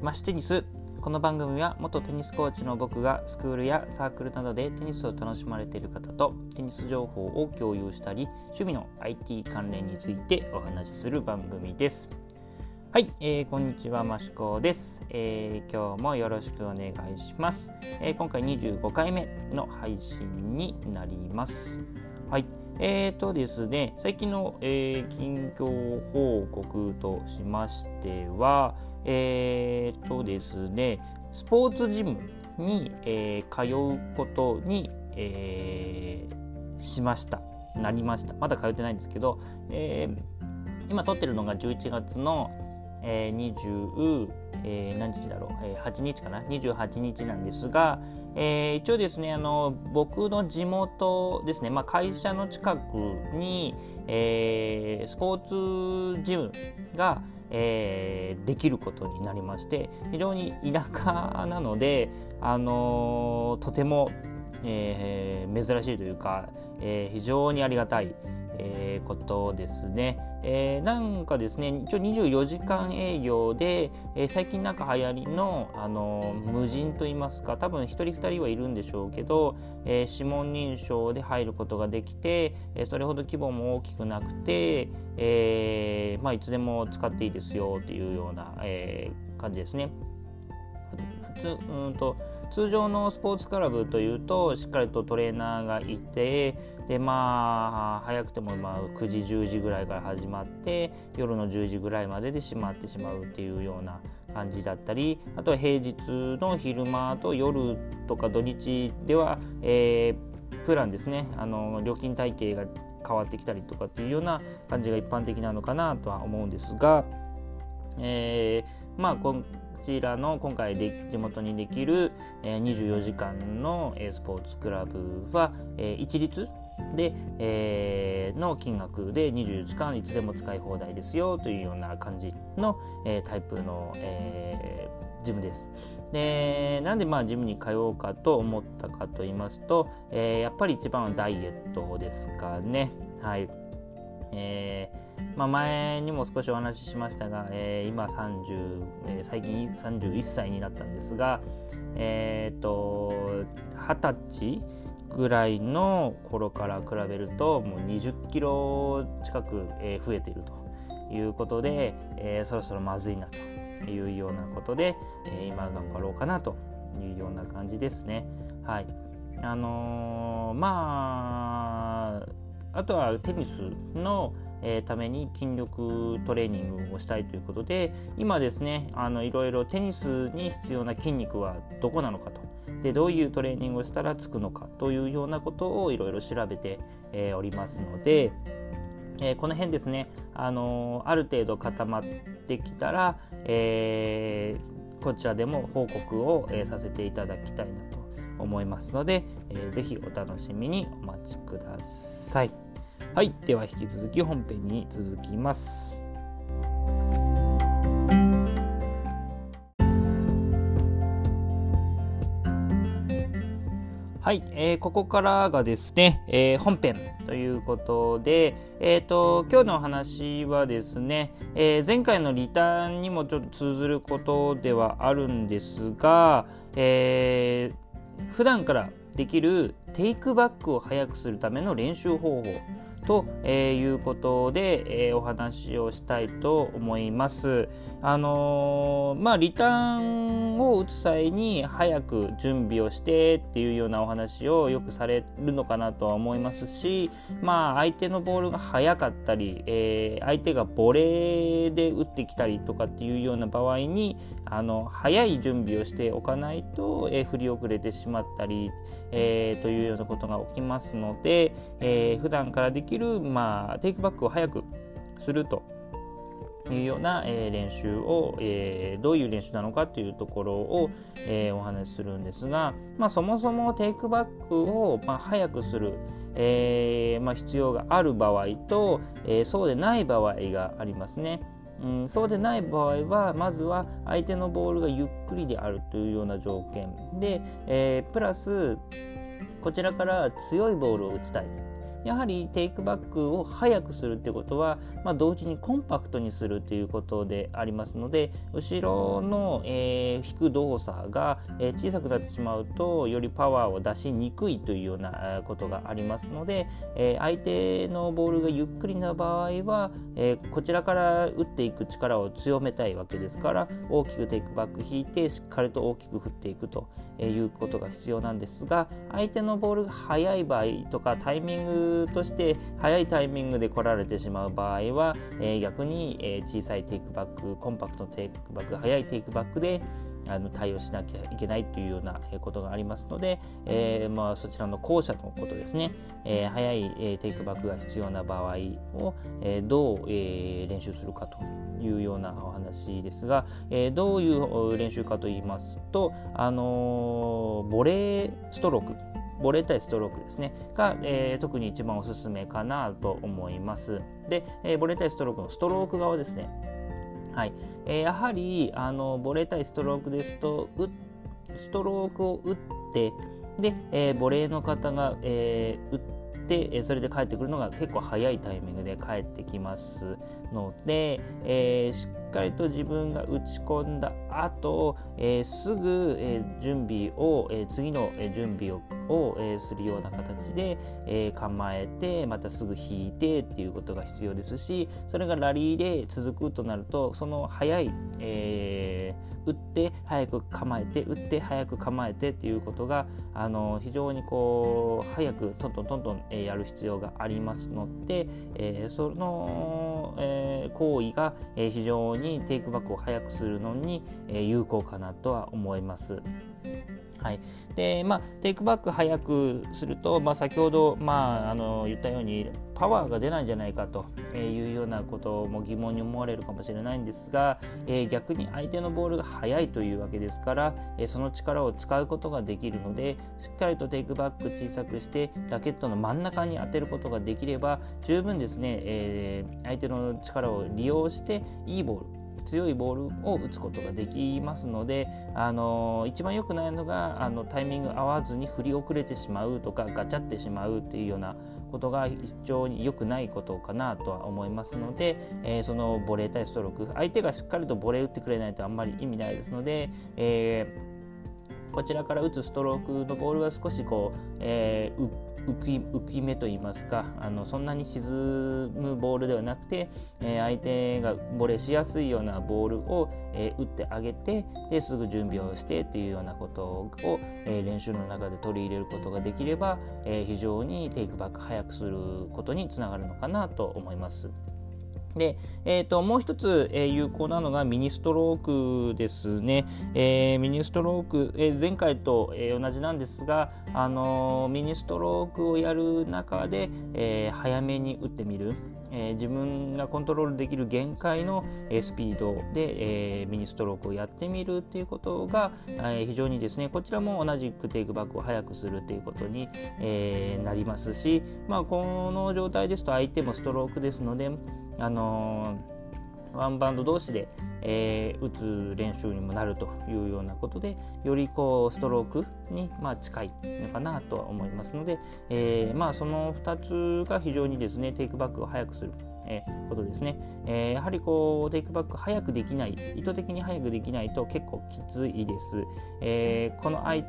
マシテニス。この番組は元テニスコーチの僕がスクールやサークルなどでテニスを楽しまれている方とテニス情報を共有したり、趣味の IT 関連についてお話しする番組です。はい、こんにちは、マシコです。今日もよろしくお願いします。今回25回目の配信になります。はい、ですね、最近の、近況報告としましては、ですね、スポーツジムに、通うことに、なりました。まだ通ってないんですけど、今撮ってるのが11月の、28日かな、28日なんですが、一応ですね、僕の地元ですね、会社の近くに、スポーツジムが、できることになりまして、非常に田舎なので、とても、珍しいというか、非常にありがたい、ことですね。なんかですね、一応24時間営業で、最近なんか流行りの、無人といいますか、多分1人2人はいるんでしょうけど、指紋認証で入ることができて、それほど規模も大きくなくて、いつでも使っていいですよっていうような、感じですね。通常のスポーツクラブというとしっかりとトレーナーがいて、で早くても9時10時ぐらいから始まって夜の10時ぐらいまでで閉まってしまうっていうような感じだったり、あとは平日の昼間と夜とか土日では、プランですね、料金体系が変わってきたりとかっていうような感じが一般的なのかなとは思うんですが、こちらの今回地元にできる24時間のスポーツクラブは一律での金額で24時間いつでも使い放題ですよというような感じのタイプのジムです。で、なんでジムに通おうかと思ったかと言いますと、やっぱり一番はダイエットですかね。はい。前にも少しお話ししましたが、今最近31歳になったんですが、20歳ぐらいの頃から比べるともう20キロ近く増えているということで、そろそろまずいなというようなことで、今頑張ろうかなというような感じですね。はい。あとはテニスのために筋力トレーニングをしたいということで、今ですね、いろいろテニスに必要な筋肉はどこなのかと、でどういうトレーニングをしたらつくのかというようなことをいろいろ調べて、おりますので、この辺ですね、ある程度固まってきたら、こちらでも報告を、させていただきたいなと思いますので、ぜひお楽しみにお待ちください。はい、では引き続き本編に続きます。はい、ここからがですね、本編ということで、今日のお話はですね、前回のリターンにもちょっと通ずることではあるんですが、普段からできるテイクバックを早くするための練習方法ということで、お話をしたいと思います。リターンを打つ際に早く準備をしてっていうようなお話をよくされるのかなとは思いますし、相手のボールが速かったり、相手がボレーで打ってきたりとかっていうような場合に早い準備をしておかないと、振り遅れてしまったり、というようなことが起きますので、普段からできる、テイクバックを早くするというような、練習を、どういう練習なのかというところを、お話しするんですが、そもそもテイクバックを、早くする、必要がある場合と、そうでない場合がありますね。そうでない場合はまずは相手のボールがゆっくりであるというような条件で、プラスこちらから強いボールを打ちたい、 やはりテイクバックを速くするっていうことは、同時にコンパクトにするということでありますので、後ろの、引く動作が、小さくなってしまうとよりパワーを出しにくいというようなことがありますので、相手のボールがゆっくりな場合は、こちらから打っていく力を強めたいわけですから、大きくテイクバック引いてしっかりと大きく振っていくということが必要なんですが、相手のボールが速い場合とか、タイミングとして速いタイミングで来られてしまう場合は、逆に、小さいテイクバック、コンパクトテイクバック、速いテイクバックで対応しなきゃいけないというようなことがありますので、そちらの後者のことですね、速いテイクバックが必要な場合をどう練習するかというようなお話ですが、どういう練習かと言いますと、ボレーストローク、ボレー対ストロークですねが、特に一番おすすめかなと思います。で、ボレー対ストロークのストローク側ですね。はい、やはりボレー対ストロークですと、ストロークを打ってで、ボレーの方が、打ってそれで帰ってくるのが結構早いタイミングで帰ってきますので、しっかりと自分が打ち込んだ後、すぐ、準備を、次の準備をするような形で、構えてまたすぐ引いてっていうことが必要ですし、それがラリーで続くとなると、その早い、打って早く構えて打って早く構えてっていうことが非常に早くトントン、やる必要がありますので、その、行為が、非常にテイクバックを早くするのに、有効かなとは思います。はい。で、テイクバック早くすると、先ほど、言ったようにパワーが出ないんじゃないかというようなことも疑問に思われるかもしれないんですが、逆に相手のボールが速いというわけですから、その力を使うことができるので、しっかりとテイクバック小さくしてラケットの真ん中に当てることができれば十分ですね、相手の力を利用していいボール、強いボールを打つことができますので、一番良くないのがタイミング合わずに振り遅れてしまうとかガチャってしまうというようなことが非常に良くないことかなとは思いますので、そのボレー対ストローク、相手がしっかりとボレー打ってくれないとあんまり意味ないですので、こちらから打つストロークのボールは少し浮き目といいますか、そんなに沈むボールではなくて、相手がボレーしやすいようなボールを、打ってあげて、ですぐ準備をしてというようなことを、練習の中で取り入れることができれば、非常にテイクバック早くすることにつながるのかなと思います。で、もう一つ、有効なのがミニストロークですね。ミニストローク、前回と、同じなんですが、ミニストロークをやる中で、早めに打ってみる。自分がコントロールできる限界の、スピードで、ミニストロークをやってみるということが、非常にですね、こちらも同じくテイクバックを早くするということに、なりますし、この状態ですと相手もストロークですので、ワンバウンド同士で、打つ練習にもなるというようなことで、よりストロークに、近いのかなとは思いますので、その2つが非常にですねテイクバックを早くする、ことですね。やはりテイクバック早くできない、意図的に早くできないと結構きついです。この相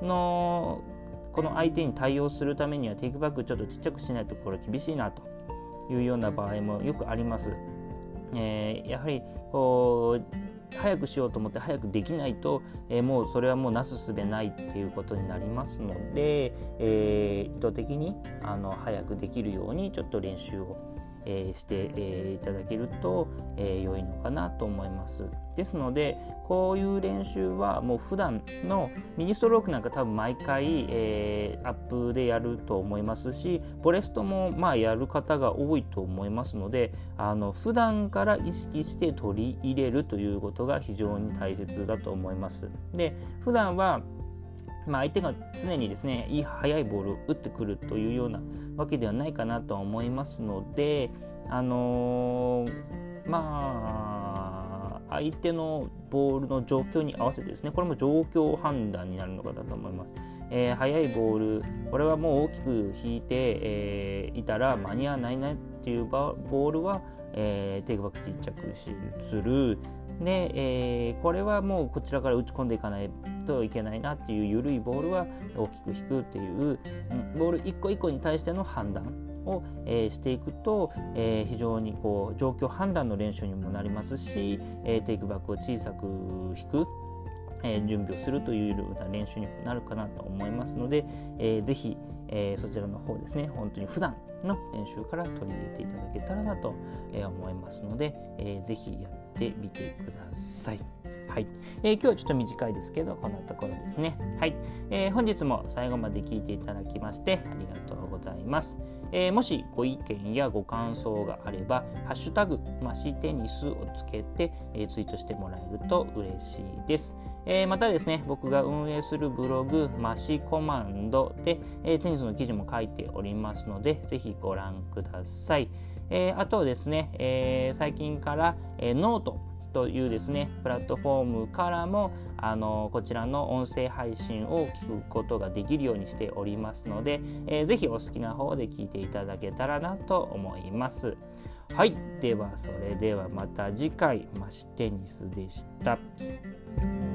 手に対応するためにはテイクバックちょっとちっちゃくしないとこれ厳しいなというような場合もよくあります。やはり早くしようと思って早くできないと、もうそれはもうなすすべないっていうことになりますので、意図的に早くできるようにちょっと練習をしていただけると良いのかなと思います。ですのでこういう練習はもう普段のミニストロークなんか多分毎回、アップでやると思いますし、ボレストもやる方が多いと思いますので、普段から意識して取り入れるということが非常に大切だと思います。で、普段は相手が常にですね速いボールを打ってくるというようなわけではないかなとは思いますので、相手のボールの状況に合わせてですね、これも状況判断になるのかなと思います。 速いボール、これはもう大きく引いて、いたら間に合わないなっていうボールは、テイクバックちっちゃくする。で、これはもうこちらから打ち込んでいかないといけないなっていう緩いボールは大きく引くっていう、ボール一個一個に対しての判断を、していくと、非常にこう状況判断の練習にもなりますし、テイクバックを小さく引く、準備をするというような練習になるかなと思いますので、ぜひ、そちらの方ですね、本当に普段の練習から取り入れていただけたらなと思いますので、ぜひやってみてください。はい、今日はちょっと短いですけどこんなところですね。はい、本日も最後まで聞いていただきましてありがとうございます。もしご意見やご感想があればハッシュタグマシテニスをつけて、ツイートしてもらえると嬉しいです。またですね、僕が運営するブログマシコマンドで、テニスの記事も書いておりますのでぜひご覧ください。あとですね、最近から、ノートというですねプラットフォームからもこちらの音声配信を聞くことができるようにしておりますので、ぜひお好きな方で聞いていただけたらなと思います。はい、ではそれではまた次回マシテニスでした。